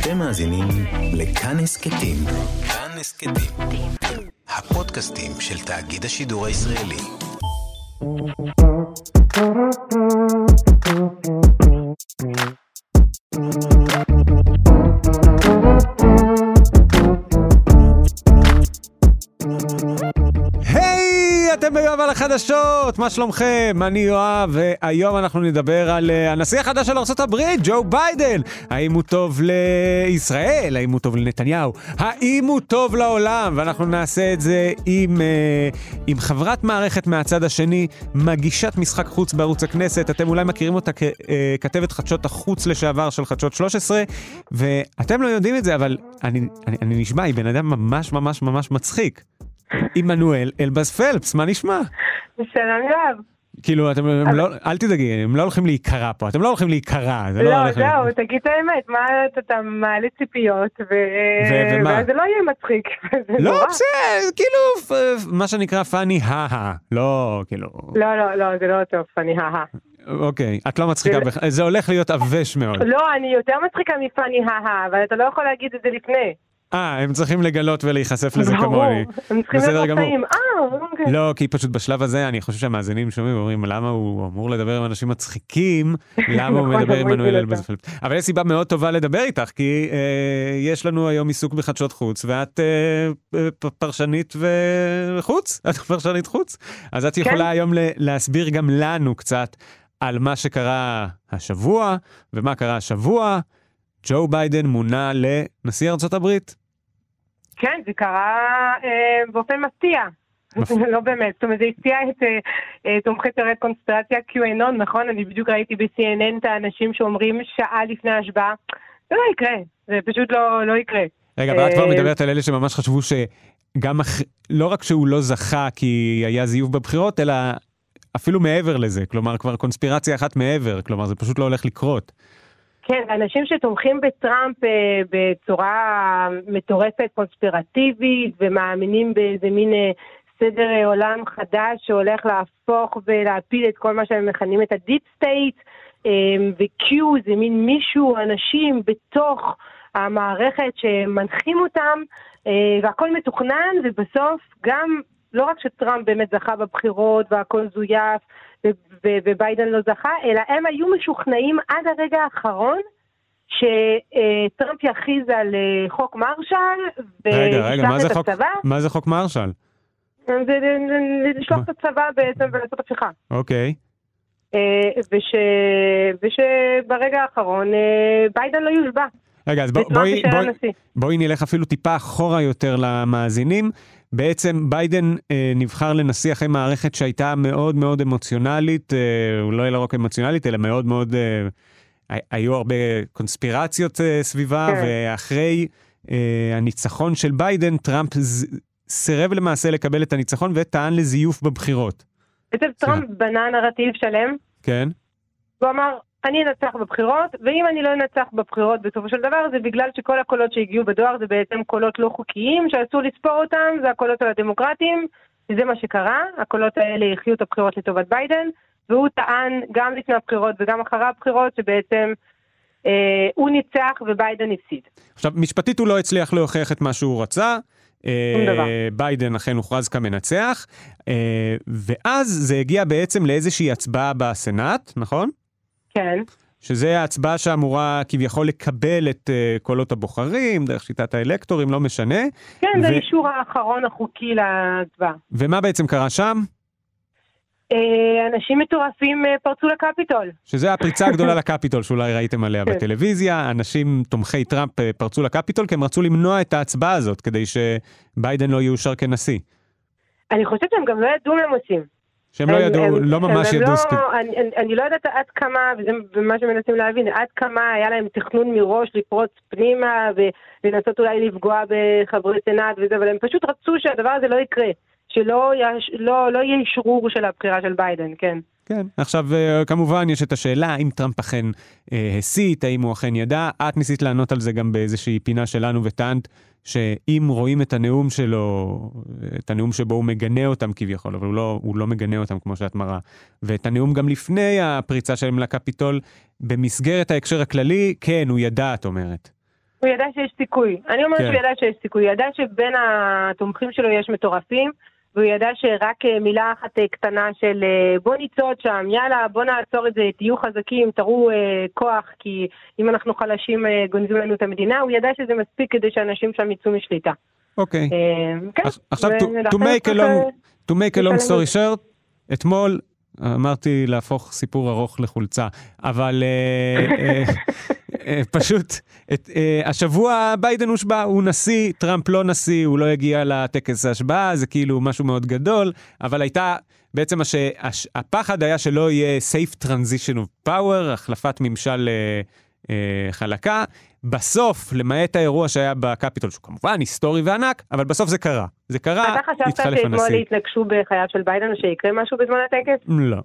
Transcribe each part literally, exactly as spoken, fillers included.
אתם מאזינים לכאן הסקטים. כאן הסקטים. הפודקאסטים של תאגיד השידור הישראלי. אתם ביום על החדשות, מה שלומכם? אני יואב, והיום אנחנו נדבר על הנשיא החדש של ארצות הברית, ג'ו ביידן. האם הוא טוב לישראל? האם הוא טוב לנתניהו? האם הוא טוב לעולם? ואנחנו נעשה את זה עם, עם חברת מערכת מהצד השני, מגישת משחק חוץ בערוץ הכנסת. אתם אולי מכירים אותה ככתבת חדשות החוץ לשעבר של חדשות שלוש עשרה, ואתם לא יודעים את זה, אבל אני, אני, אני נשמע, היא בן אדם ממש ממש ממש מצחיק. עמנואל אלבז פלפס, מה נשמע? שלום יואב. כאילו, אתם לא, אל תדאגי, הם לא הולכים להיקרא פה, אתם לא הולכים להיקרא. לא, זהו, תגיד את האמת, מה אתה מעלה ציפיות, וזה לא יהיה מצחיק. לא, בסדר, כאילו, מה שנקרא פאני הא-הא, לא, כאילו... לא, לא, לא, זה לא טוב, פאני הא-הא. אוקיי, את לא מצחיקה, זה הולך להיות עבש מאוד. לא, אני יותר מצחיקה מפאני הא-הא, אבל אתה לא יכול להגיד את זה לפני. אה, הם צריכים לגלות ולהיחשף לזה כמוני. הם צריכים להיות מופתעים. אה, לא, כי פשוט בשלב הזה, אני חושב שהמאזינים שומעים ואומרים, למה הוא אמור לדבר עם אנשים מצחיקים, למה הוא מדבר עם עמנואל אלבז פלפס. אבל יש סיבה מאוד טובה לדבר איתך, כי יש לנו היום עיסוק בחדשות חוץ, ואת פרשנית וחוץ, את פרשנית חוץ. אז את יכולה היום להסביר גם לנו קצת על מה שקרה השבוע, ומה קרה השבוע. ג'ו ביידן מונה לנשיא ארצות הברית. כן, זה קרה אה, באופן מפתיע. לא באמת, זאת אומרת, זה הפתיע את אה, תומכי תיאוריית קונספירציה QAnon, נכון? אני בדיוק ראיתי ב-סי אן אן את האנשים שאומרים שעה לפני ההשבעה, זה לא יקרה, זה פשוט לא, לא יקרה. רגע, אבל את כבר מדברת על אלה שממש חשבו שגם, לא רק שהוא לא זכה כי היה זיוף בבחירות, אלא אפילו מעבר לזה, כלומר, כבר קונספירציה אחת מעבר, כלומר, זה פשוט לא הולך לקרות. כן, אנשים שתומכים בטראמפ אה, בצורה מטורפת, קונספירטיבית, ומאמינים באיזה מין אה, סדר אה, עולם חדש שהולך להפוך ולהפיל את כל מה שהם מכנים את הדיפ סטייט, אה, ו-Q זה מין מישהו, אנשים בתוך המערכת שמנחים אותם, אה, והכל מתוכנן, ובסוף גם, לא רק שטראמפ באמת זכה בבחירות והכל זויף, וביידן לא זכה, אלא הם היו משוכנעים עד הרגע האחרון שטראמפ יכריז על חוק מרשל וישלח את הצבא. מה זה חוק מרשל? זה לשלוח את הצבא בעצם ולעשות הפיכה. אוקיי. ושברגע האחרון ביידן לא יושבע. רגע, אז בואי נלך אפילו טיפה אחורה יותר למאזינים. בעצם ביידן אה, נבחר לנשיא אחרי מערכת שהייתה מאוד מאוד אמוציונלית, אה, לא אלא רק אמוציונלית, אלא מאוד מאוד, אה, היו הרבה קונספירציות אה, סביבה, כן. ואחרי אה, הניצחון של ביידן, טראמפ ז, סירב למעשה לקבל את הניצחון, וטען לזיוף בבחירות. בעצם טראמפ בנה נרטיב שלם. כן. הוא אמר, אני אנצח בבחירות, ואם אני לא אנצח בבחירות בסופו של דבר, זה בגלל שכל הקולות שהגיעו בדואר זה בעצם קולות לא חוקיים, שאסור לספור אותם, זה הקולות על הדמוקרטים, וזה מה שקרה, הקולות האלה יחיו את הבחירות לטובת ביידן, והוא טען גם לפני הבחירות וגם אחרי הבחירות, שבעצם אה, הוא ניצח וביידן הפסיד. עכשיו, משפטית הוא לא הצליח להוכיח את מה שהוא רצה, אה, ביידן אכן הוכרז כמנצח, אה, ואז זה הגיע בעצם לאיזושהי הצבעה בסנאט, נכון? כן. שזה ההצבעה שאמורה כביכול לקבל את uh, קולות הבוחרים, דרך שיטת האלקטורים, לא משנה. כן, ו... זה האישור האחרון החוקי להצבעה. ומה בעצם קרה שם? אנשים מטורפים פרצו לקפיטול. שזה הפריצה הגדולה לקפיטול, שאולי ראיתם עליה בטלוויזיה. אנשים תומכי טראמפ פרצו לקפיטול, כי הם רצו למנוע את ההצבעה הזאת, כדי שביידן לא יאושר כנשיא. אני חושבת שהם גם לא ידעו מה הם עושים. שהם לא ידעו, לא ממש ידעו. אני לא יודעת עד כמה, וזה מה שמנסים להבין, עד כמה היה להם תכנון מראש לפרוץ פנימה, ולנסות אולי לפגוע בחברי סנאט וזה, אבל הם פשוט רצו שהדבר הזה לא יקרה, שלא יהיה אישרור של הבחירה של ביידן, כן. כן, עכשיו כמובן יש את השאלה, האם טראמפ אכן הסית, האם הוא אכן ידע, את ניסית לענות על זה גם באיזושהי פינה שלנו וטענת, שאם רואים את הנאום שלו, את הנאום שבו הוא מגנה אותם כביכול, אבל הוא לא, הוא לא מגנה אותם כמו שאת מראה, ואת הנאום גם לפני הפריצה שלהם לקפיטול, במסגרת ההקשר הכללי, כן, הוא ידע, את אומרת. הוא ידע שיש סיכוי. אני אומרת כן. שהוא ידע שיש סיכוי. הוא ידע שבין התומכים שלו יש מטורפים, והוא ידע שרק מילה אחת קטנה של בוא ניצוד שם, יאללה, בוא נעצור את זה, תהיו חזקים, תראו אה, כוח, כי אם אנחנו חלשים אה, גונזים לנו את המדינה, הוא ידע שזה מספיק כדי שאנשים שם יצאו משליטה. אוקיי. אה, כן. עכשיו, to, to, make a long, to make a long story short, אתמול אמרתי להפוך סיפור ארוך לחולצה, אבל אה, אה, אה, פשוט, את, אה, השבוע ביידן הושבע, הוא נשיא, טראמפ לא נשיא, הוא לא הגיע לטקס ההשבעה, זה כאילו משהו מאוד גדול, אבל הייתה, בעצם הש, הש, הפחד היה שלא יהיה safe transition of power, החלפת ממשל אה, אה, חלקה, בסוף, למעט האירוע שהיה בקפיטול, שהוא כמובן היסטורי וענק, אבל בסוף זה קרה. זה קרה, התחלף הנשיא. אתה חשבת שאתמול התנגשו בחייו של ביידן, או שיקרה משהו בזמן הטקס? לא.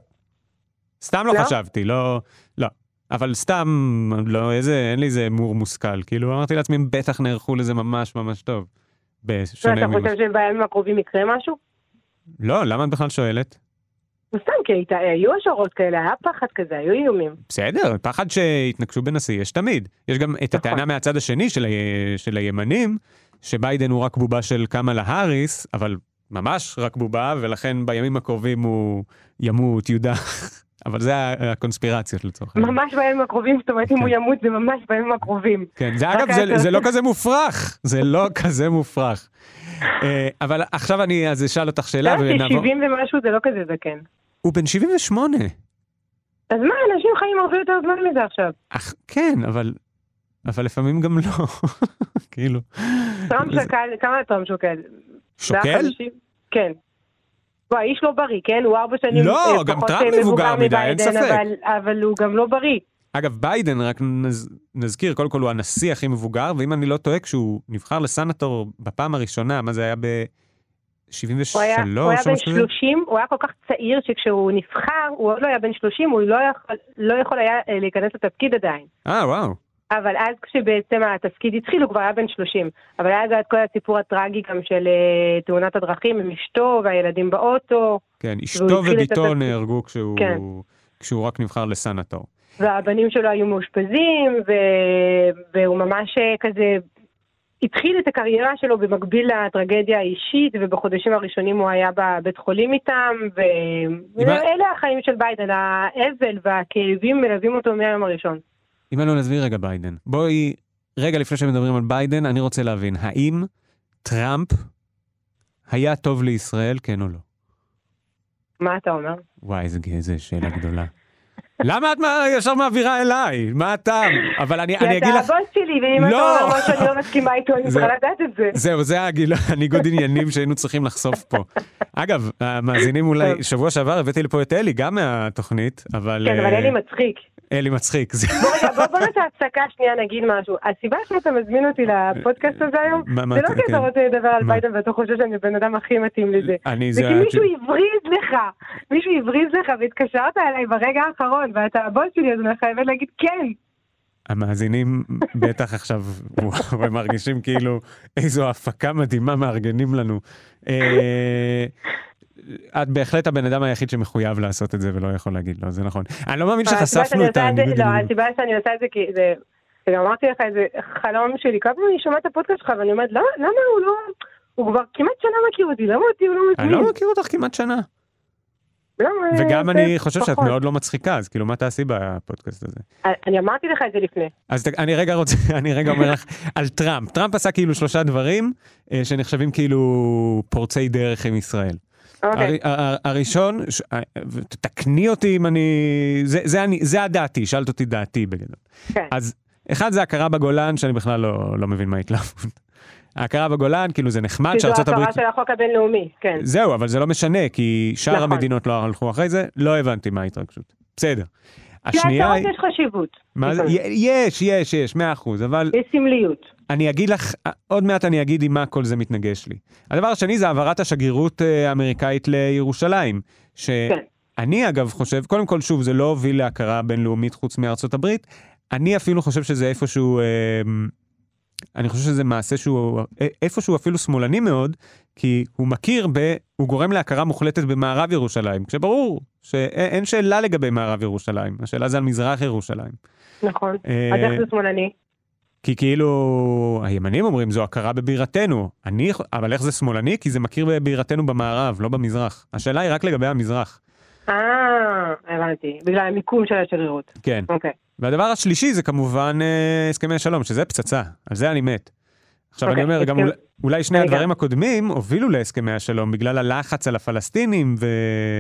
סתם לא, לא חשבתי, לא, לא. אבל סתם, לא, איזה, אין לי איזה מור מושכל. כאילו, אמרתי לעצמי, בטח נערכו לזה ממש ממש טוב. אתה חושב שבימים הקרובים יקרה משהו? לא, למה את בכלל שואלת? סתם, כי היו השערות כאלה, היה פחד כזה, היו איומים. בסדר, פחד שהתנגשו בנשיא, יש תמיד. יש גם את הטענה מהצד השני של, ה... של הימנים, שביידן הוא רק בובה של קמאלה האריס, אבל ממש רק בובה, ולכן בימים הקרובים הוא ימות, יודח. אבל זה הקונספירציות לצורך. ממש בימים הקרובים, זאת אומרת, אם הוא ימות, זה ממש בימים הקרובים. כן, זה אגב, זה לא כזה מופרך. זה לא כזה מופרך. אבל עכשיו אני אז אשאל אותך שאלה. שבעים ומשהו זה לא כזה זקן. הוא בן שבעים ושמונה. אז מה, אנשים חיים הרבה יותר זמן מזה עכשיו. כן, אבל אבל לפעמים גם לא. כאילו. טראמפ שקל, כמה טראמפ שוקל? שוקל? כן. בוא, האיש לא בריא, כן? הוא ארבע שנים לא, גם טראמפ מבוגר מדי, אין ספק. אבל הוא גם לא בריא. אגב, ביידן, רק נזכיר, קודם כל הוא הנשיא הכי מבוגר, ואם אני לא טועה, כשהוא נבחר לסנטור בפעם הראשונה, מה זה היה ב-שבעים ושלוש? הוא היה בן שלושים, הוא היה כל כך צעיר שכשהוא נבחר, הוא עוד לא היה בן שלושים, הוא לא יכול היה להיכנס לתפקיד עדיין. אה, וואו. אבל אז כשבעצם התפקיד התחיל, הוא כבר היה בן שלושים. אבל היה גם את כל הסיפור הטרגי גם של uh, תאונת הדרכים עם אשתו והילדים באוטו. כן, אשתו וביתו נהרגו כשהוא, כן. כשהוא רק נבחר לסנטור. והבנים שלו היו מאושפזים, ו... והוא ממש כזה התחיל את הקריירה שלו במקביל לטרגדיה האישית, ובחודשים הראשונים הוא היה בבית חולים איתם, ו... ואלה החיים של ביידן, האבל והכאבים מלווים אותו מהיום הראשון. אם אני לא נסביר רגע ביידן. בואי, רגע לפני שמדברים על ביידן, אני רוצה להבין, האם טראמפ היה טוב לישראל, כן או לא? מה אתה אומר? וואי, איזה שאלה גדולה. למה את ישר מעבירה אליי? מה הטעם? אבל אני אגיד לך... כי אתה הבוס שלי, ואם אתה אומר מה שאני לא מסכימה איתו, אני צריכה לדעת את זה. זהו, זה הניגוד עניינים שהיינו צריכים לחשוף פה. אגב, המאזינים אולי, שבוע שעבר הבאתי לפה את אלי, גם מהתוכנית, אבל... כן, אבל אלי מצחיק. אלי מצחיק. בוא רגע, בוא נעשה הפסקה שנייה, נגיד משהו. הסיבה שאתה מזמין אותי לפודקאסט הזה היום, זה לא כי אתה רוצה לדבר על ביידן ואתה חושב שאני בן אדם הכי מתאים לזה. זה כי מישהו הבריז לך, מישהו הבריז לך והתקשרת אליי ברגע האחרון, ואתה הבוס שלי, אז אני חייבת להגיד כן. המאזינים בטח עכשיו מרגישים כאילו איזו הפקה מדהימה מארגנים לנו. את בהחלט הבן אדם היחיד שמחויב לעשות את זה ולא יכול להגיד לו, זה נכון. אני לא מאמין שחשפנו את הניגוד. לא, הסיבה שאני עושה את זה כי זה, וגם אמרתי לך איזה חלום שלי, כמה אני שומעת את הפודקאסט שלך ואני אומרת, למה הוא לא, הוא כבר כמעט שנה מכיר אותי, למה אותי הוא לא מזמין? אני לא מכיר אותך כמעט שנה. וגם אני חושב שאת מאוד לא מצחיקה, אז כאילו מה תעשי בפודקאסט הזה? אני אמרתי לך את זה לפני. אז אני רגע רוצה, אני רגע אומר לך על טראמפ. טראמפ עשה כאילו שלושה דברים שנחשבים כאילו פורצי דרך עם ישראל. הראשון, תקני אותי אם אני, זה הדעתי, שאלת אותי דעתי בגדול. אז אחד זה הכרה בגולן, שאני בכלל לא מבין מה התלהבות. ההכרה בגולן, כאילו זה נחמד שארצות הברית... זו הכרה של החוק הבינלאומי, כן. זהו, אבל זה לא משנה, כי שאר המדינות לא הלכו אחרי זה, לא הבנתי מה ההתרגשות. בסדר. השנייה... להצעות יש חשיבות. יש, יש, יש, מאה אחוז, אבל... יש סמליות. אני אגיד לך, עוד מעט אני אגיד עם מה כל זה מתנגש לי. הדבר השני זה העברת השגרירות האמריקאית לירושלים, שאני אגב חושב, קודם כל שוב, זה לא הוביל להכרה בינלאומית חוץ מארצות הברית, אני אפילו חושב שזה איפשהו... אני חושב שזה מעשה שהוא, איפשהו אפילו שמאלני מאוד, כי הוא מכיר ב, הוא גורם להכרה מוחלטת במערב ירושלים, כשברור שאין שאלה לגבי מערב ירושלים, השאלה זה על מזרח ירושלים. נכון, אז איך זה שמאלני? כי כאילו, הימנים אומרים, זו הכרה בבירתנו. אני, אבל איך זה שמאלני? כי זה מכיר בבירתנו במערב, לא במזרח. השאלה היא רק לגבי המזרח. אה, הבנתי. בגלל המיקום של השגרירות. כן. אוקיי. והדבר השלישי זה כמובן אה, הסכמי השלום, שזה פצצה. על זה אני מת. עכשיו אוקיי, אני אומר, הסכם... גם אולי, אולי שני אני הדברים גם. הקודמים הובילו להסכמי השלום, בגלל הלחץ על הפלסטינים, ו...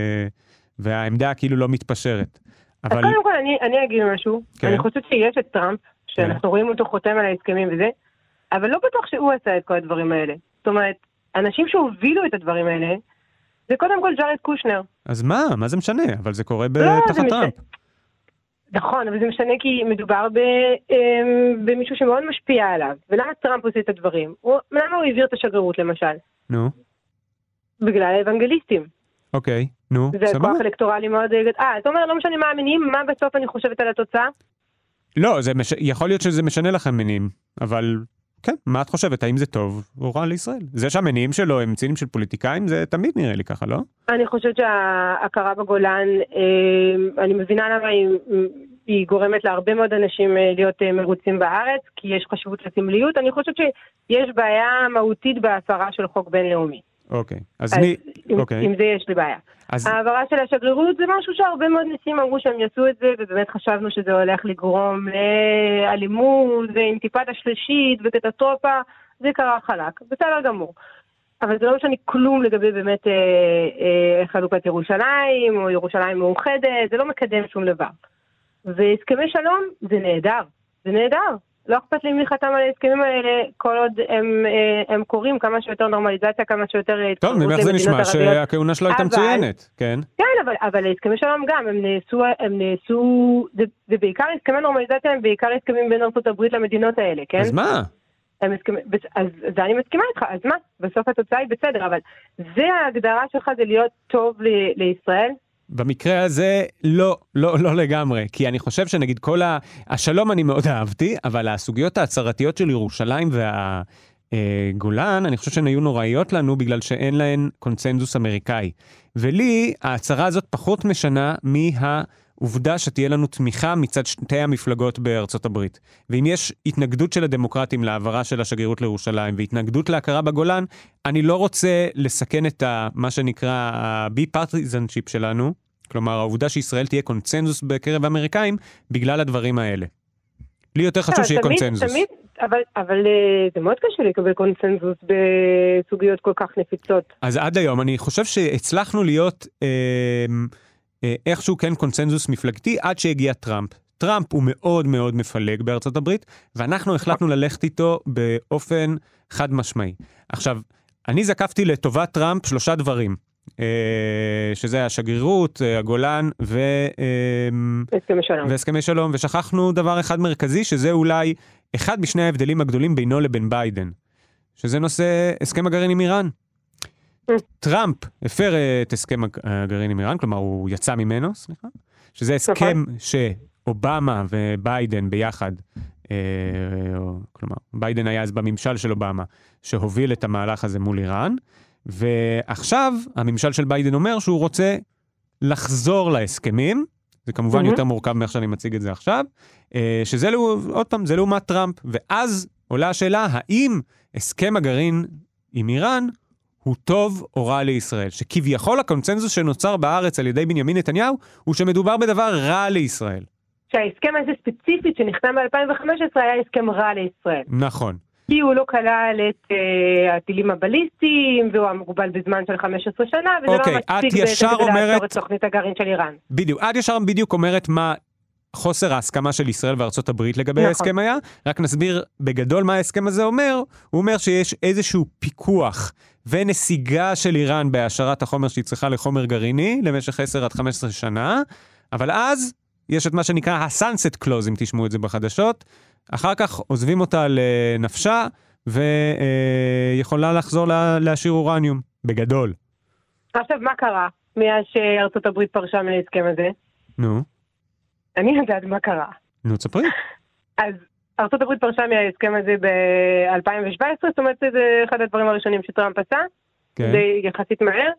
והעמדה כאילו לא מתפשרת. אבל... אבל... אז קודם כל אני, אני אגיד משהו. כן. אני חושבת שיש את טראמפ, שאנחנו כן. רואים אותו חותם על ההסכמים וזה, אבל לא בטוח שהוא עשה את כל הדברים האלה. זאת אומרת, אנשים שהובילו את הדברים האלה, זה קודם כל ג'ארד קושנר. אז מה? מה זה משנה? אבל זה קורה לא, תחת זה טראמפ. משנה. נכון, אבל זה משנה כי מדובר ב, במישהו שמאוד משפיע עליו. ולמה טראמפ עושה את הדברים? הוא, למה הוא העביר את השגרירות למשל? נו. בגלל האבנגליסטים. אוקיי, נו, זה סבבה. כוח אלקטורלי מאוד... אה, אתה אומר, לא משנה מה המניעים, מה בסוף אני חושבת על התוצאה? לא, זה מש... יכול להיות שזה משנה לכם מניעים, אבל כן, מה את חושבת? האם זה טוב או רע לישראל? זה שהמניעים שלו הם צינים של פוליטיקאים, זה תמיד נראה לי ככה, לא? אני חושבת שההכרה בגולן, אני מבינה למה היא, היא גורמת להרבה מאוד אנשים להיות מרוצים בארץ, כי יש חשיבות לסמליות. אני חושבת שיש בעיה מהותית בהפרה של חוק בינלאומי. אוקיי, אז, אז מי... עם, אוקיי. עם זה יש לי בעיה. אז... העברה של השגרירות זה משהו שהרבה מאוד נשיאים אמרו שהם יעשו את זה, ובאמת חשבנו שזה הולך לגרום לאלימות, ועם טיפת השלישית וקטסטרופה, זה קרה חלק, בסדר גמור. אבל זה לא משנה כלום לגבי באמת אה, אה, חלוקת ירושלים, או ירושלים מאוחדת, זה לא מקדם שום דבר. והסכמי שלום זה נהדר, זה נהדר. לא אכפת לי מי חתם על ההסכמים האלה, כל עוד הם, הם קוראים כמה שיותר נורמליזציה, כמה שיותר... טוב, ממך זה נשמע שהכהונה שלו הייתה מצוינת, כן? כן, אבל, אבל ההסכמי שלום גם, הם נעשו, הם נעשו, זה, זה בעיקר הסכמי נורמליזציה, הם בעיקר הסכמים בין ארצות הברית למדינות האלה, כן? אז מה? הם הסכמים, אז זה אני מסכימה איתך, אז מה? בסוף התוצאה היא בסדר, אבל זה ההגדרה שלך, זה להיות טוב ל- לישראל? במקרה הזה, לא, לא, לא לגמרי. כי אני חושב שנגיד כל ה... השלום אני מאוד אהבתי, אבל הסוגיות ההצהרתיות של ירושלים והגולן, אני חושב שהן היו נוראיות לנו בגלל שאין להן קונצנזוס אמריקאי. ולי, ההצהרה הזאת פחות משנה מהעובדה שתהיה לנו תמיכה מצד שתי המפלגות בארצות הברית. ואם יש התנגדות של הדמוקרטים לעברה של השגרירות לירושלים, והתנגדות להכרה בגולן, אני לא רוצה לסכן את ה, מה שנקרא ה-ביפרטיזנשיפ שלנו, כלומר העובדה שישראל תהיה קונצנזוס בקרב האמריקאים, בגלל הדברים האלה. לי יותר חשוב שיהיה תמיד, קונצנזוס. תמיד, אבל, אבל זה מאוד קשה לקבל קונצנזוס בסוגיות כל כך נפיצות. אז עד היום אני חושב שהצלחנו להיות אה, אה, איכשהו כן קונצנזוס מפלגתי עד שהגיע טראמפ. טראמפ הוא מאוד מאוד מפלג בארצות הברית, ואנחנו החלטנו ללכת איתו באופן חד משמעי. עכשיו, אני זקפתי לטובת טראמפ שלושה דברים, אה, שזה השגרירות, הגולן ו... אה, הסכמי שלום. והסכמי שלום, ושכחנו דבר אחד מרכזי, שזה אולי אחד משני ההבדלים הגדולים בינו לבין ביידן, שזה נושא הסכם הגרעין עם איראן. טראמפ הפר את הסכם הגרעין עם איראן, כלומר הוא יצא ממנו, סליחה, שזה הסכם שאובמה וביידן ביחד, אה, כלומר ביידן היה אז בממשל של אובמה, שהוביל את המהלך הזה מול איראן, ועכשיו הממשל של ביידן אומר שהוא רוצה לחזור להסכמים, זה כמובן יותר מורכב מאיך שאני מציג את זה עכשיו, שזה עוד פעם, זה לעומת טראמפ, ואז עולה השאלה, האם הסכם הגרעין עם איראן הוא טוב או רע לישראל? שכביכול הקונצנזוס שנוצר בארץ על ידי בנימין נתניהו, הוא שמדובר בדבר רע לישראל. שההסכם הזה ספציפית שנחתם ב-אלפיים וחמש עשרה היה הסכם רע לישראל. נכון. כי הוא לא כלל את uh, הטילים הבליסטיים, והוא המוגבל בזמן של חמש עשרה שנה, וזה אוקיי, לא מספיק בעצם כדי לעצור את תוכנית הגרעין של איראן. בדיוק, את ישר בדיוק אומרת מה חוסר ההסכמה של ישראל וארצות הברית לגבי ההסכם היה, רק נסביר בגדול מה ההסכם הזה אומר, הוא אומר שיש איזשהו פיקוח ונסיגה של איראן בהשארת החומר שהיא צריכה לחומר גרעיני, למשך עשר עד חמש עשרה שנה, אבל אז יש את מה שנקרא ה-sunset clause, אם תשמעו את זה בחדשות, אחר כך עוזבים אותה לנפשה, ויכולה לחזור להשאיר אורניום, בגדול. עכשיו, מה קרה מאז שארצות הברית פרשה מההסכם הזה? נו. אני יודעת מה קרה. נו, תספרי. אז ארצות הברית פרשה מההסכם הזה ב-אלפיים שבע עשרה, זאת אומרת, זה אחד הדברים הראשונים שטראמפ עשה, כן. זה יחסית מהר.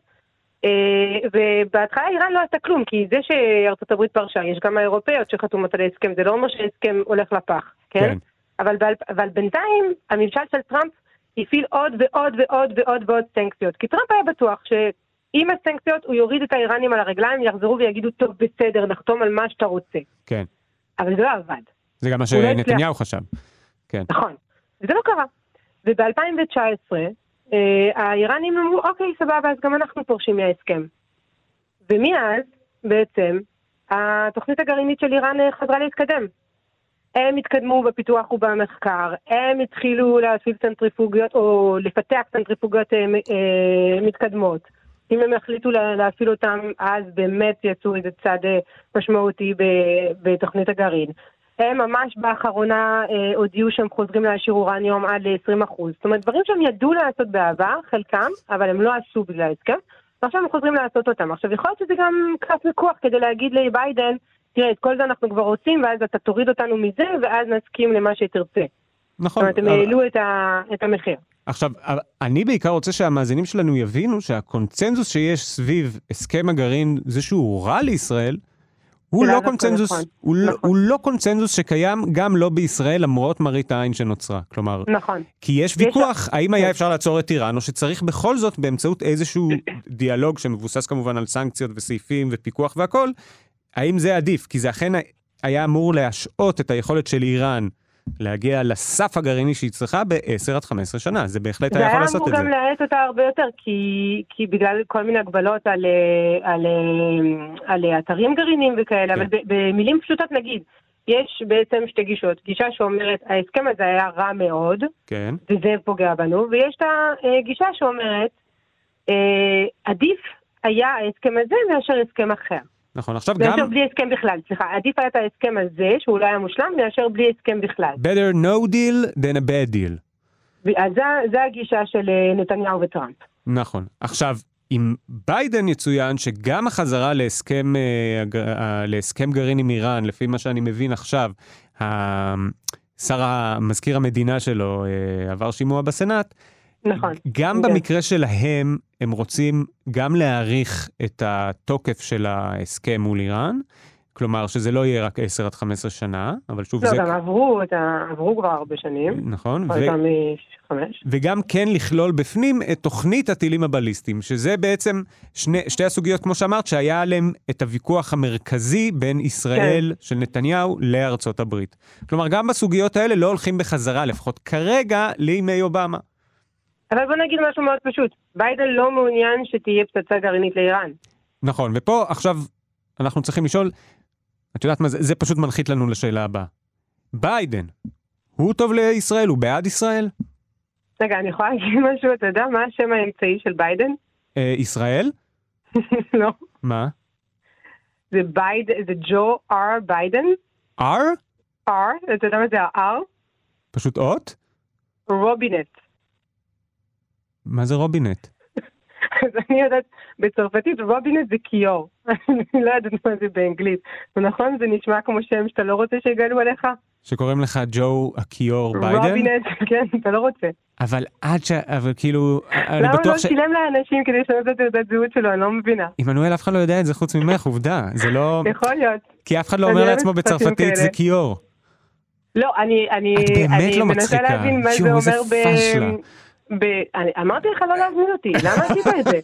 ובהתחלה איראן לא עשתה כלום, כי זה שארצות הברית פרשה, יש גם האירופאיות שחתומות על ההסכם, זה לא אומר שההסכם הולך לפח, כן? אבל, אבל בינתיים הממשל של טראמפ הפעיל עוד ועוד ועוד ועוד ועוד סנקציות. כי טראמפ היה בטוח שעם הסנקציות הוא יוריד את האיראנים על הרגליים, יחזרו ויגידו, טוב, בסדר, נחתום על מה שאתה רוצה. כן. אבל זה לא עבד. זה גם מה שנתניהו חשב. כן. נכון. וזה לא קרה. וב-אלפיים תשע עשרה, האיראנים אמרו, אוקיי, סבבה, אז גם אנחנו פורשים מההסכם. ומאז, בעצם, התוכנית הגרעינית של איראן חזרה להתקדם. הם התקדמו בפיתוח ובמחקר, הם התחילו להפעיל צנטריפוגיות, או לפתח צנטריפוגיות אה, אה, מתקדמות. אם הם החליטו להפעיל אותם, אז באמת יצאו איזה צד משמעותי בתוכנית הגרעין. הם ממש באחרונה אה, הודיעו שהם חוזרים להשאיר אורניום עד ל-עשרים אחוז. זאת אומרת, דברים שהם ידעו לעשות בעבר, חלקם, אבל הם לא עשו בגלל ההסכם, ועכשיו הם חוזרים לעשות אותם. עכשיו, יכול להיות שזה גם קצת מכוח כדי להגיד לביידן, תראה, את כל זה אנחנו כבר רוצים, ואז אתה תוריד אותנו מזה, ואז נסכים למה שתרצה. נכון. זאת אומרת, הם העלו את, ה, את המחיר. עכשיו, אני בעיקר רוצה שהמאזינים שלנו יבינו שהקונצנזוס שיש סביב הסכם הגרעין, זה שהוא רע לישראל, הוא לא קונצנזוס, נכון. הוא, נכון. הוא לא קונצנזוס שקיים גם לא בישראל, למרות מראית העין שנוצרה. כלומר, נכון. כי יש ויכוח, יש... האם היה אפשר לעצור את איראן, או שצריך בכל זאת באמצעות איזשהו דיאלוג שמבוסס כמובן על סנקציות וסעיפים ופיקוח והכל, האם זה עדיף? כי זה אכן היה אמור להשעות את היכולת של איראן להגיע לסף הגרעיני שהיא צריכה ב-עשר עד חמש עשרה שנה. זה בהחלט היה יכול לעשות את זה. זה היה אמור גם להעט אותה הרבה יותר, כי, כי בגלל כל מיני הגבלות על, על, על, על אתרים גרעינים וכאלה, כן. אבל במילים פשוטות נגיד, יש בעצם שתי גישות. גישה שאומרת, ההסכם הזה היה רע מאוד, כן. וזה פוגע בנו, ויש את הגישה שאומרת, עדיף היה ההסכם הזה מאשר הסכם אחר. נכון, עכשיו מאשר גם... מאשר בלי הסכם בכלל, סליחה, עדיף היה את ההסכם הזה, שהוא לא היה מושלם, מאשר בלי הסכם בכלל. Better no deal than a bad deal. אז זה, זה הגישה של נתניהו וטראמפ. נכון. עכשיו, עם ביידן יצוין שגם החזרה להסכם, להסכם גרעין עם איראן, לפי מה שאני מבין עכשיו, שר המזכיר המדינה שלו עבר שימוע בסנאט, נכון. גם כן. במקרה שלהם, הם רוצים גם להאריך את התוקף של ההסכם מול איראן, כלומר שזה לא יהיה רק עשר עד חמש עשרה שנה, אבל שוב לא, זה... גם עברו, את ה... עברו כבר הרבה שנים. נכון. ו... חמש. וגם כן לכלול בפנים את תוכנית הטילים הבליסטיים, שזה בעצם שני, שתי הסוגיות, כמו שאמרת, שהיה עליהם את הוויכוח המרכזי בין ישראל כן. של נתניהו לארצות הברית. כלומר, גם בסוגיות האלה לא הולכים בחזרה, לפחות כרגע, לימי אובמה. אבל בוא נגיד משהו מאוד פשוט. ביידן לא מעוניין שתהיה פצצה גרעינית לאיראן. נכון, ופה עכשיו אנחנו צריכים לשאול, את יודעת מה, זה, זה פשוט מנחית לנו לשאלה הבאה. ביידן, הוא טוב לישראל? הוא בעד ישראל? רגע, אני יכולה להגיד משהו, אתה יודע מה השם האמצעי של ביידן? אה, ישראל? לא. מה? זה ביידן, זה ג'ו אר ביידן. אר? אר, אתה יודע מה זה האר? פשוט אות? רובינט. מה זה רובינט? אז אני יודעת, בצרפתית רובינט זה קיור. אני לא יודעת מה זה באנגלית. ונכון, זה נשמע כמו שם שאתה לא רוצה שיגלו עליך? שקוראים לך ג'ו הקיור ביידן? רובינט, כן, אתה לא רוצה. אבל עד ש... אבל כאילו... למה לא שילם לאנשים כדי לשנות את תעודת זהות שלו? אני לא מבינה. עמנואל, אף אחד לא יודע את זה חוץ ממך, עובדה. זה לא... יכול להיות. כי אף אחד לא אומר לעצמו בצרפתית זה קיור. לא, אני... את באמת לא מצחיקה. להבין מה זה אומר ב... ב... אני, אמרתי לך לא להזמין אותי, למה עשית את זה?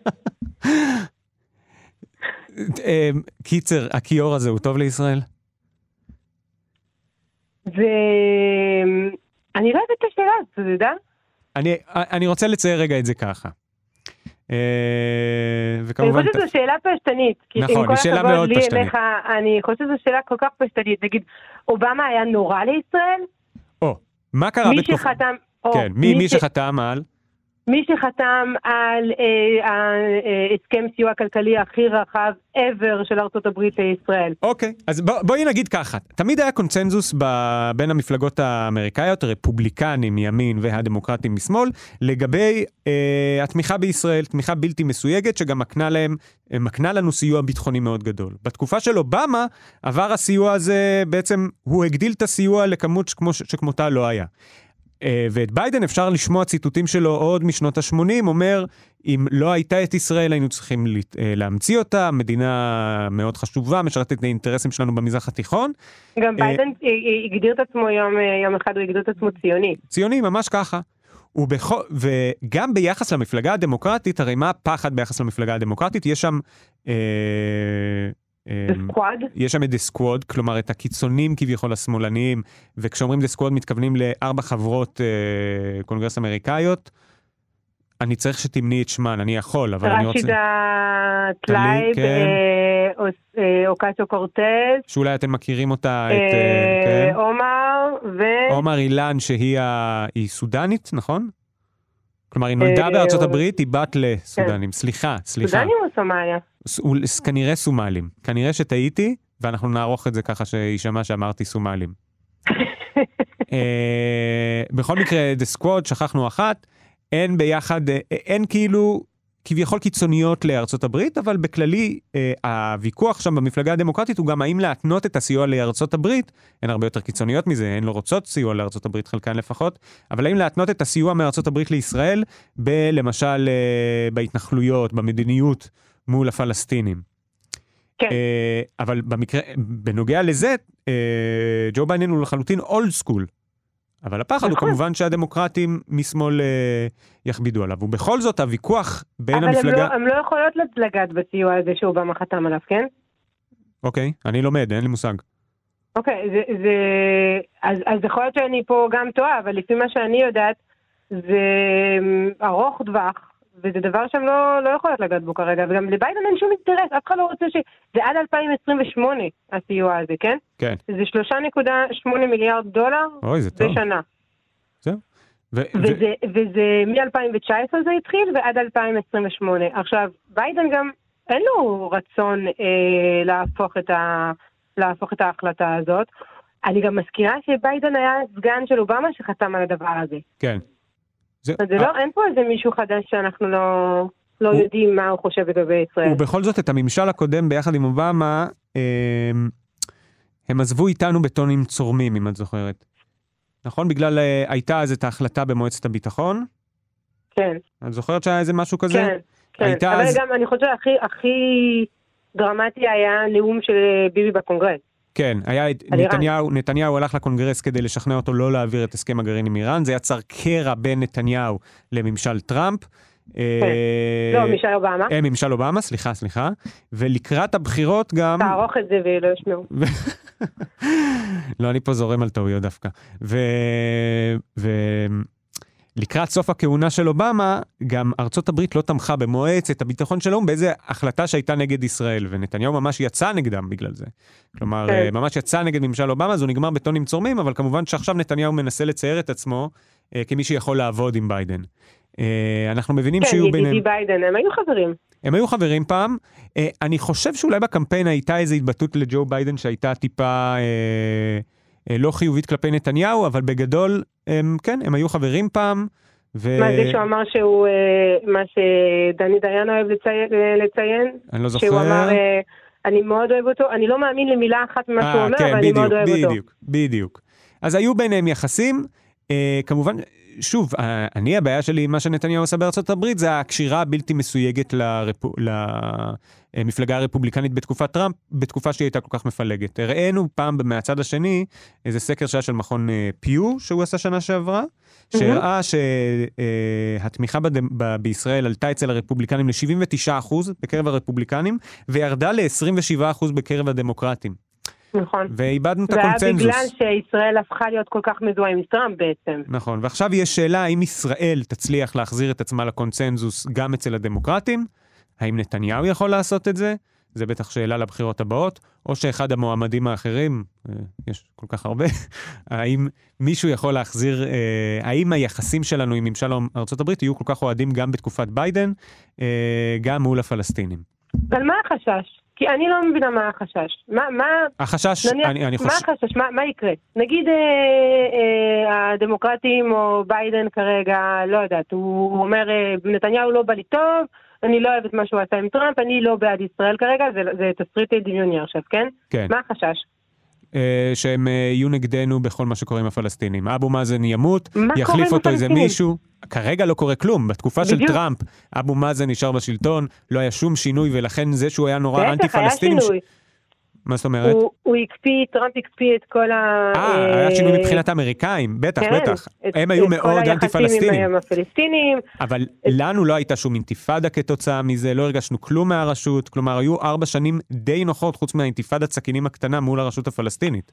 קיצר, הקיור הזה הוא טוב לישראל? זה... אני לא יודעת את השאלה, אתה יודע? אני, אני רוצה לצייר רגע את זה ככה. אני חושבת שזו שאלה פשטנית. נכון, היא שאלה מאוד פשטנית. אני חושבת שזו שאלה כל כך פשטנית. נגיד, אובמה היה נורא לישראל? או, מה קרה בתקופה? מי שחתם... כן, מי, מי שחתם על? מי שחתם על הסכם סיוע כלכלי הכי רחב ever של ארצות הברית לישראל. אוקיי, אז בוא, בואי נגיד ככה, תמיד היה קונצנזוס ב- בין המפלגות האמריקאיות, הרפובליקנים מימין והדמוקרטים משמאל, לגבי אה, התמיכה בישראל, תמיכה בלתי מסויגת, שגם מקנה להם, מקנה לנו סיוע ביטחוני מאוד גדול. בתקופה של אובמה, עבר הסיוע הזה, בעצם הוא הגדיל את הסיוע לכמות שכמו, שכמותה לא היה. ואת ביידן אפשר לשמוע ציטוטים שלו עוד משנות ה-שמונים, אומר, אם לא הייתה את ישראל, היינו צריכים להמציא אותה, מדינה מאוד חשובה, משרתת את האינטרסים שלנו במזרח התיכון. גם ביידן הגדיר את עצמו יום, יום אחד, הוא הגדיר את עצמו ציוני. ציוני, ממש ככה. ובכל, וגם ביחס למפלגה הדמוקרטית, הרי מה הפחד ביחס למפלגה הדמוקרטית? יש שם... אה, סקוואד? יש שם את הסקוואד, כלומר את הקיצונים כביכול השמאלניים, וכשאומרים הסקוואד מתכוונים לארבע חברות אה, קונגרס אמריקאיות. אני צריך שתמני את שמן, אני יכול, אבל אני רוצה... רשידה טלייב, אוקאסיו קורטז. שאולי אתם מכירים אותה, את... כן. עומר ו... עומר אילן, שהיא ה... היא סודנית, נכון? כלומר, היא נולדה בארצות הברית, היא בת לסודנים. סליחה, סליחה. סודנים או סומליה? כנראה סומלים. כנראה שטעיתי, ואנחנו נערוך את זה ככה שישמע שאמרתי סומלים. בכל מקרה, The Squad, שכחנו אחת, אין ביחד, אין כאילו כביכול קיצוניות לארצות הברית, אבל בכללי הוויכוח שם במפלגה הדמוקרטית הוא גם האם להתנות את הסיוע לארצות הברית, הן הרבה יותר קיצוניות מזה, הן לא רוצות סיוע לארצות הברית, חלקן לפחות, אבל האם להתנות את הסיוע מארצות הברית לישראל, למשל בהתנחלויות, במדיניות מול הפלסטינים. כן. אבל במקרה, בנוגע לזה, ג'ו ביידן הוא לחלוטין אולד סקול, אבל הפחד הוא כמובן שהדמוקרטים משמאל יכבידו עליו, ובכל זאת הוויכוח בין המפלגה... אבל הם לא יכולות לגעת בסיוע הזה שאובמה חתם עליו, כן? אוקיי, אני לומד, אין לי מושג. אוקיי, זה... אז יכול להיות שאני פה גם טועה, אבל לפי מה שאני יודעת, זה ארוך טווח, וזה דבר שהם לא, לא יכולות לגעת בו כרגע, וגם לביידן אין שום אינטרס, אף אחד לא רוצה ש... זה עד אלפיים עשרים ושמונה הסיוע הזה, כן? כן. זה שלוש נקודה שמונה מיליארד דולר אוי, זה טוב. בשנה. זהו. ו- וזה, ו- וזה מ-אלפיים תשע עשרה זה התחיל, ועד אלפיים עשרים ושמונה. עכשיו, ביידן גם אין לו רצון אה, להפוך, את ה... להפוך את ההחלטה הזאת. אני גם מזכירה שביידן היה סגן של אובמה שחתם על הדבר הזה. כן. זה, זה לא, אין פה איזה מישהו חדש שאנחנו לא, לא הוא, יודעים מה הוא חושב לגבי ישראל. ובכל זאת, את הממשל הקודם ביחד עם אובמה, הם, הם עזבו איתנו בטונים צורמים, אם את זוכרת. נכון? בגלל הייתה אז את ההחלטה במועצת הביטחון? כן. את זוכרת שהיה איזה משהו כזה? כן, כן. אבל אז... גם אני חושבת שהכי הכי דרמטי היה נאום של ביבי בקונגרס. כן, היה נתניהו, נתניהו הלך לקונגרס כדי לשכנע אותו לא להעביר את הסכם הגרעין עם איראן, זה יצר קרע בין נתניהו לממשל טראמפ. לא, ממשל אובמה. אה, ממשל אובמה, סליחה, סליחה. ולקראת הבחירות גם... תערוך את זה ולא ישמעו. לא, אני פה זורם על טעויות דווקא. ו... ו... לקראת סוף הכהונה של אובמה, גם ארצות הברית לא תמכה במועצת הביטחון של האו"ם באיזו החלטה שהייתה נגד ישראל, ונתניהו ממש יצא נגדם בגלל זה. כלומר, כן. ממש יצא נגד ממשל אובמה, אז הוא נגמר בטונים צורמים, אבל כמובן שעכשיו נתניהו מנסה לצייר את עצמו אה, כמי שיכול לעבוד עם ביידן. אה, אנחנו מבינים כן, שיהיו ביניהם... כן, ידידי ביידן, הם היו חברים. הם היו חברים פעם. אה, אני חושב שאולי בקמפיין הייתה איזו התבטאות לג'ו ביידן שהייתה טיפה... אה, לא חיובית כלפי נתניהו, אבל בגדול, הם, כן, הם היו חברים פעם. ו... מה זה שהוא אמר שהוא, מה שדני דיין אוהב לציין, לציין? אני לא זוכר. שהוא אמר, אני מאוד אוהב אותו, אני לא מאמין למילה אחת ממה שהוא אומר, כן, אבל בדיוק, אני מאוד אוהב בדיוק, אותו. בדיוק, בדיוק. אז היו ביניהם יחסים, אה, כמובן, שוב, אני, הבעיה שלי עם מה שנתניהו עושה בארצות הברית, זה הקשירה הבלתי מסויגת לרפו, למפלגה הרפובליקנית בתקופת טראמפ, בתקופה שהיא הייתה כל כך מפלגת. הראינו פעם מהצד השני, איזה סקר שהיה של מכון פיו, שהוא עשה שנה שעברה, שהראה שהתמיכה בישראל עלתה אצל הרפובליקנים ל-שבעים ותשעה אחוז בקרב הרפובליקנים, וירדה ל-עשרים ושבעה אחוז בקרב הדמוקרטים. נכון. ואיבדנו את הקונצנזוס. זה היה בגלל שישראל הפכה להיות כל כך מזוהה עם טראמפ בעצם. נכון, ועכשיו יש שאלה האם ישראל תצליח להחזיר את עצמה לקונצנזוס גם אצל הדמוקרטים, האם נתניהו יכול לעשות את זה, זה בטח שאלה לבחירות הבאות, או שאחד המועמדים האחרים, יש כל כך הרבה, האם מישהו יכול להחזיר, האם היחסים שלנו עם ממשל ארצות הברית יהיו כל כך אוהדים גם בתקופת ביידן, גם מול הפלסטינים. אבל מה החשש? כי אני לא מבינה מה החשש. מה, מה... החשש, נניח, אני, אני מה חושב... החשש? מה, מה יקרה? נגיד אה, אה, הדמוקרטים או ביידן כרגע, לא יודעת, הוא אומר, אה, נתניהו לא בא לי טוב, אני לא אוהב את מה שהוא עשה עם טראמפ, אני לא בעד ישראל כרגע, זה, זה תסריט דמיוני עכשיו, כן? כן. מה החשש? שהם יהיו נגדנו בכל מה שקורה עם הפלסטינים. אבו מאזן ימות, יחליף אותו איזה מישהו. כרגע לא קורה כלום. בתקופה של טראמפ, אבו מאזן נשאר בשלטון, לא היה שום שינוי, ולכן זה שהוא היה נורא אנטי-פלסטינים... מה זאת אומרת? הוא הקפיא, טראמפ הקפיא את כל ה... אה, היה שינוי מבחינת האמריקאים, בטח, בטח. הם היו מאוד אנטי-פלסטינים. אבל לנו לא הייתה שום אינתיפאדה כתוצאה מזה, לא הרגשנו כלום מהרשות, כלומר, היו ארבע שנים די נוחות, חוץ מהאינתיפאדת סכינים הקטנה מול הרשות הפלסטינית.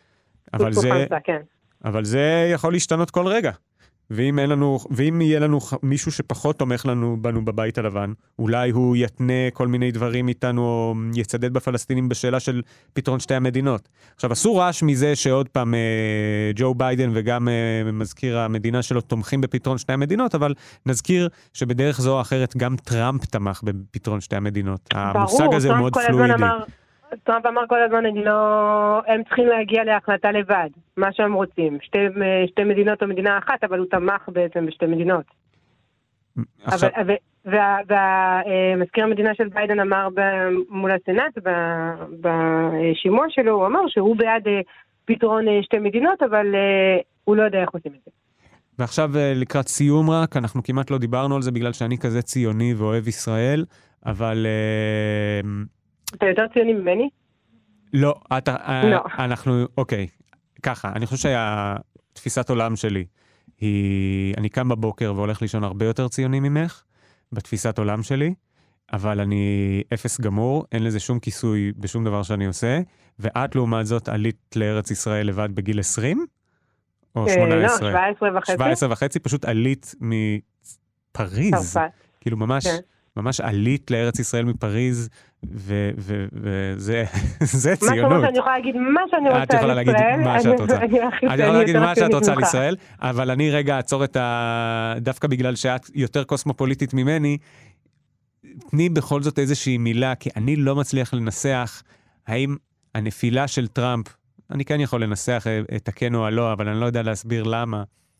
אבל זה יכול להשתנות כל רגע. ואם אין לנו, ואם יהיה לנו מישהו שפחות תומך לנו בנו בבית הלבן, אולי הוא יתנה כל מיני דברים איתנו, או יצדד בפלסטינים בשאלה של פתרון שתי המדינות. עכשיו, אסור רעש מזה שעוד פעם אה, ג'ו ביידן וגם אה, מזכיר המדינה שלו תומכים בפתרון שתי המדינות, אבל נזכיר שבדרך זו או אחרת גם טראמפ תמך בפתרון שתי המדינות. המושג הזה הוא מאוד פלואידי. טראמפ אמר כל הזמן, אני לא... הם צריכים להגיע להחלטה לבד, מה שהם רוצים. שתי, שתי מדינות או מדינה אחת, אבל הוא תמך בעצם בשתי מדינות. עכשיו... והמזכיר המדינה של ביידן אמר מול הסנאט, בשימוע שלו, הוא אמר שהוא בעד פתרון שתי מדינות, אבל הוא לא יודע איך עושים את זה. ועכשיו לקראת סיום רק, אנחנו כמעט לא דיברנו על זה, בגלל שאני כזה ציוני ואוהב ישראל, אבל... אתה יותר ציוני ממני? לא, אתה, לא. אנחנו, אוקיי, ככה, אני חושב שהתפיסת עולם שלי היא, אני קם בבוקר והולך לישון הרבה יותר ציוני ממך, בתפיסת עולם שלי, אבל אני אפס גמור, אין לזה שום כיסוי בשום דבר שאני עושה, ואת לעומת זאת עלית לארץ ישראל לבד בגיל עשרים? או שמונה עשרה? לא, שבע עשרה וחצי. שבע עשרה וחצי, פשוט עלית מפריז. צרפת. כאילו ממש... כן. ממש עלית לארץ ישראל מפריז, וזה ציונות. מה שאני יכולה להגיד מה שאני רוצה על ישראל. את יכולה להגיד מה שאת רוצה. את יכולה להגיד מה שאת רוצה על ישראל, אבל אני רגע אעצור את ה... דווקא בגלל שאת יותר קוסמופוליטית ממני, תני בכל זאת איזושהי מילה, כי אני לא מצליח לנסח האם הנפילה של טראמפ, אני כן יכול לנסח את הכן או הלא, אבל אני לא יודע להסביר למה.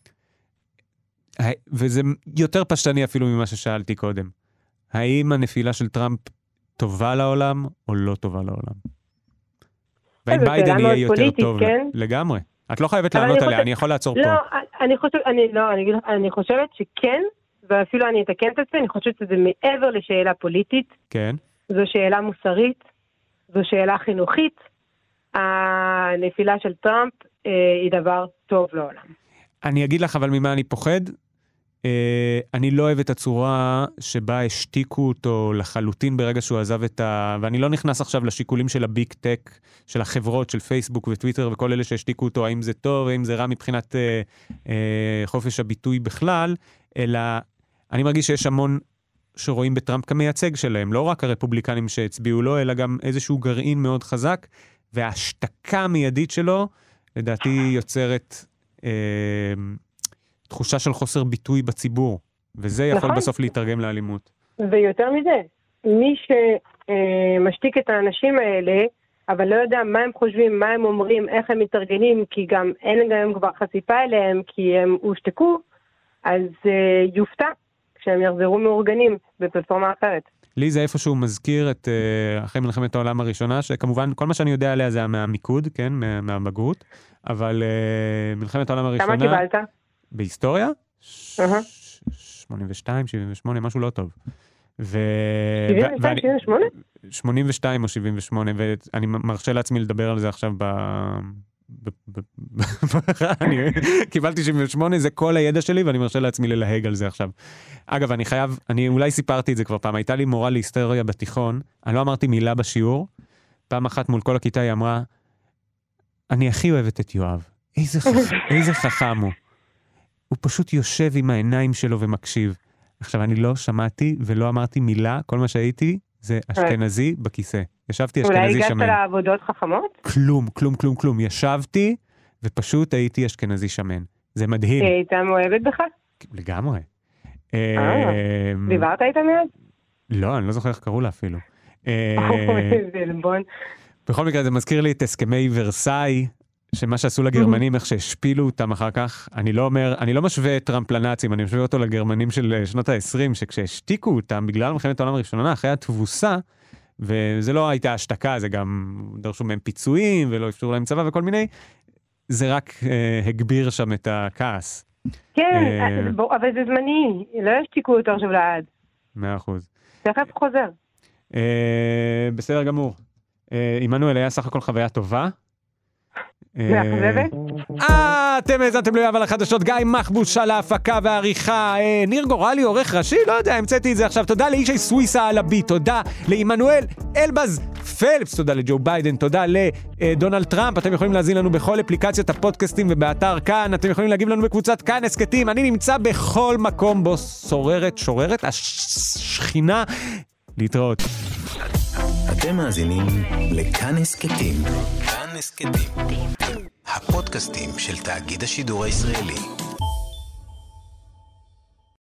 וזה יותר פשטני אפילו ממה ששאלתי קודם. האם הנפילה של טראמפ טובה לעולם או לא טובה לעולם? והאם ביידן יהיה יותר טוב לגמרי? את לא חייבת לענות עליה, אני יכול לעצור פה. לא, אני חושבת שכן, ואפילו אני אתקן את עצמי, אני חושבת שזה מעבר לשאלה פוליטית. כן. זו שאלה מוסרית, זו שאלה חינוכית. הנפילה של טראמפ היא דבר טוב לעולם. אני אגיד לך אבל ממה אני פוחד. אני לא אוהב את הצורה שבה השתיקו אותו לחלוטין ברגע שהוא עזב את ה... ואני לא נכנס עכשיו לשיקולים של הביג טק, של החברות, של פייסבוק וטוויטר וכל אלה שהשתיקו אותו, האם זה טוב, האם זה רע מבחינת אה, אה, חופש הביטוי בכלל, אלא אני מרגיש שיש המון שרואים בטראמפ כמייצג שלהם, לא רק הרפובליקנים שהצביעו לו, אלא גם איזשהו גרעין מאוד חזק, וההשתקה המיידית שלו, לדעתי יוצרת... אה, תחושה של חוסר ביטוי בציבור, וזה יכול נכון. בסוף להתרגם לאלימות. ויותר מזה, מי שמשתיק את האנשים האלה, אבל לא יודע מה הם חושבים, מה הם אומרים, איך הם מתארגנים, כי גם אין גם כבר חשיפה אליהם, כי הם הושתקו, אז uh, יופתע כשהם יחזרו מאורגנים בפלטפורמה אחרת. לי זה איפשהו מזכיר את uh, אחרי מלחמת העולם הראשונה, שכמובן כל מה שאני יודע עליה זה מהמיקוד, כן, מה, מהבגרות, אבל uh, מלחמת העולם הראשונה... כמה קיבלת? בהיסטוריה? שמונים ושתיים, שבעים ושמונה, משהו לא טוב. שבעים ושתיים, שבעים ושמונה? שמונים ושתיים או שבעים ושמונה, ואני מרשה לעצמי לדבר על זה עכשיו ב... אני קיבלתי שבעים ושמונה, זה כל הידע שלי, ואני מרשה לעצמי ללהג על זה עכשיו. אגב, אני חייב, אני אולי סיפרתי את זה כבר פעם, הייתה לי מורה להיסטוריה בתיכון, אני לא אמרתי מילה בשיעור, פעם אחת מול כל הכיתה היא אמרה, אני הכי אוהבת את יואב, איזה חכם הוא. הוא פשוט יושב עם העיניים שלו ומקשיב. עכשיו, אני לא שמעתי ולא אמרתי מילה, כל מה שהייתי זה אשכנזי בכיסא. ישבתי אשכנזי שמן. אולי הגעת לעבודות חכמות? כלום, כלום, כלום, כלום. ישבתי ופשוט הייתי אשכנזי שמן. זה מדהים. היא הייתה מאוהבת בך? לגמרי. דיברת איתה מיד? לא, אני לא זוכר איך קראו לה אפילו. זה אלבון. בכל מקרה, זה מזכיר לי את הסכמי ורסאי, שמה שעשו לגרמנים, איך שהשפילו אותם אחר כך, אני לא אומר, אני לא משווה את טראמפ לנאצים, אני משווה אותו לגרמנים של שנות ה-עשרים, שכשהשתיקו אותם, בגלל מלחמת העולם הראשונה, אחרי התבוסה, וזה לא הייתה השתקה, זה גם דרשו מהם פיצויים, ולא אפשרו להם צבא וכל מיני, זה רק אה, הגביר שם את הכעס. כן, אה, בוא, אבל זה זמני, לא ישתיקו אותו עכשיו לעד. מאה אחוז. תכף חוזר. אה, בסדר גמור. אה, עמנואל, היה סך הכל חוויה טובה. מאכזבת? אה, אתם האזנתם ליואב על החדשות, גיא מחבוש על ההפקה והעריכה, ניר גורלי עורך ראשי, לא יודע, המצאתי את זה עכשיו, תודה לאישי סוויסה על הביט, תודה לעמנואל אלבז פלפס, תודה לג'ו ביידן, תודה לדונלד טראמפ, אתם יכולים להזין לנו בכל אפליקציות הפודקאסטים ובאתר כאן, אתם יכולים להגיב לנו בקבוצת כאן הסקטים, אני נמצא בכל מקום בו שוררת, שוררת, השכינה, להתראות. אתם מאזינים לכאן הסקטים. כאן הסקטים. הפודקאסטים של תאגיד השידור הישראלי.